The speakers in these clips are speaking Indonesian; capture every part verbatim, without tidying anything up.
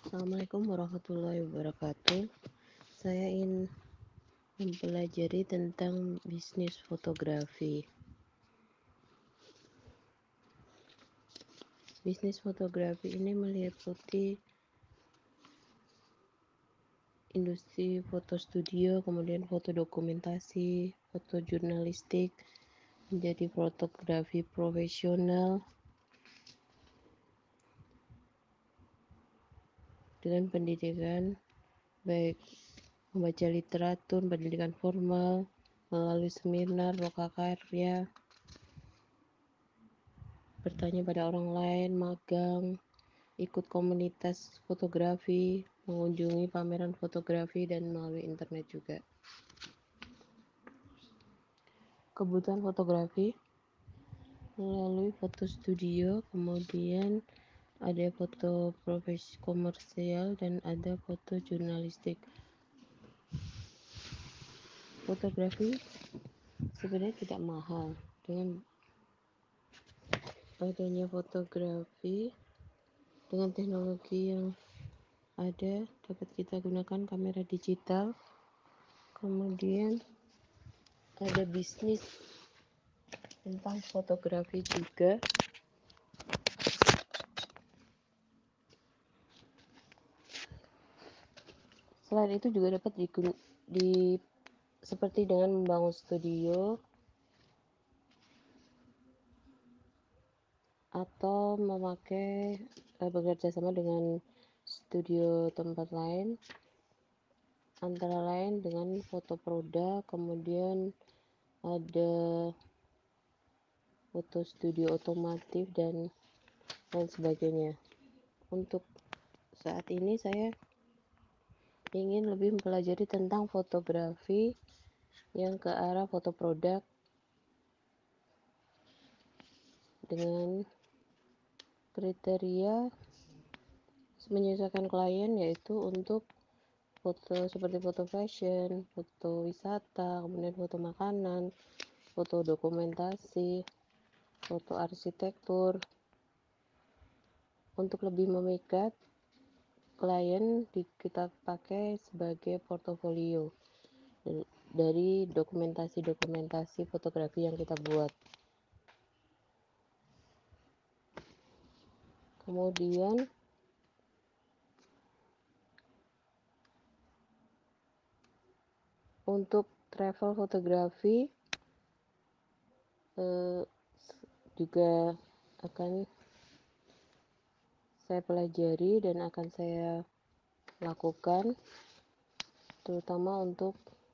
Assalamualaikum warahmatullahi wabarakatuh. Saya ingin mempelajari tentang bisnis fotografi. Bisnis fotografi ini meliputi industri foto studio, kemudian foto dokumentasi, foto jurnalistik, menjadi fotografi profesional dengan pendidikan baik membaca literatur, pendidikan formal, melalui seminar, lokakarya, bertanya pada orang lain, magang, ikut komunitas fotografi, mengunjungi pameran fotografi, dan melalui internet juga. Kebutuhan fotografi melalui foto studio, kemudian ada foto profesi komersial, dan ada foto jurnalistik. Fotografi sebenarnya tidak mahal. Dengan adanya fotografi, dengan teknologi yang ada, dapat kita gunakan kamera digital, kemudian ada bisnis tentang fotografi juga. Selain itu juga dapat di, di seperti dengan membangun studio atau memakai eh, bekerja sama dengan studio tempat lain, antara lain dengan foto produk, kemudian ada foto studio otomotif dan lain sebagainya. Untuk saat ini saya ingin lebih mempelajari tentang fotografi yang ke arah foto produk dengan kriteria menyesuaikan klien, yaitu untuk foto seperti foto fashion, foto wisata, kemudian foto makanan, foto dokumentasi, foto arsitektur. Untuk lebih memikat klien, kita pakai sebagai portofolio dari dokumentasi-dokumentasi fotografi yang kita buat. Kemudian untuk travel fotografi eh, juga akan saya pelajari dan akan saya lakukan, terutama untuk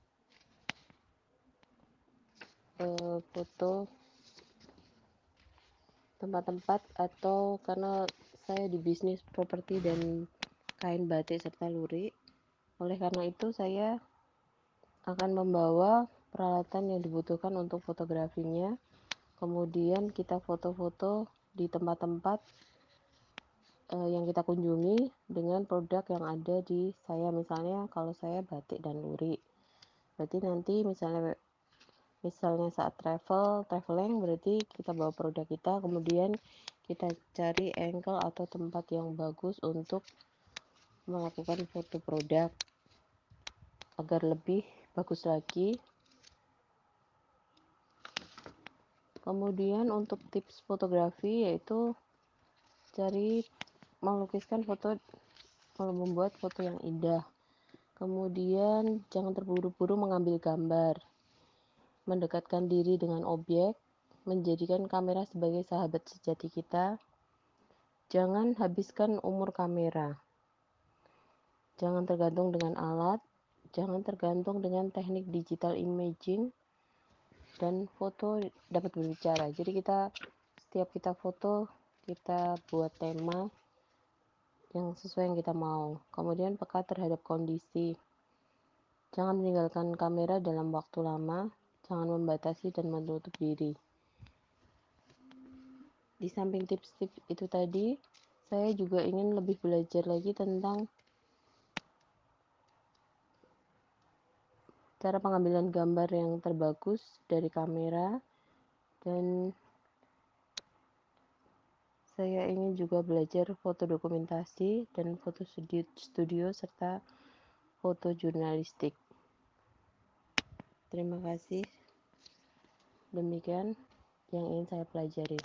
eh, foto tempat-tempat, atau karena saya di bisnis properti dan kain batik serta lurik. Oleh karena itu saya akan membawa peralatan yang dibutuhkan untuk fotografinya, kemudian kita foto-foto di tempat-tempat eh, yang kita kunjungi dengan produk yang ada di saya. Misalnya kalau saya batik dan lurik, berarti nanti misalnya misalnya saat travel traveling berarti kita bawa produk kita, kemudian kita cari angle atau tempat yang bagus untuk melakukan foto produk agar lebih bagus lagi. Kemudian untuk tips fotografi yaitu cari melukiskan foto, membuat foto yang indah. Kemudian jangan terburu-buru mengambil gambar, mendekatkan diri dengan objek, menjadikan kamera sebagai sahabat sejati kita. Jangan habiskan umur kamera, jangan tergantung dengan alat, jangan tergantung dengan teknik digital imaging, dan foto dapat berbicara. Jadi kita setiap kita foto, kita buat tema yang sesuai yang kita mau. Kemudian peka terhadap kondisi, jangan meninggalkan kamera dalam waktu lama, jangan membatasi dan menutup diri. Di samping tips-tips itu tadi, saya juga ingin lebih belajar lagi tentang cara pengambilan gambar yang terbagus dari kamera, dan Saya ingin juga belajar foto dokumentasi dan foto studio, studio serta foto jurnalistik. Terima kasih. Demikian yang ingin saya pelajari.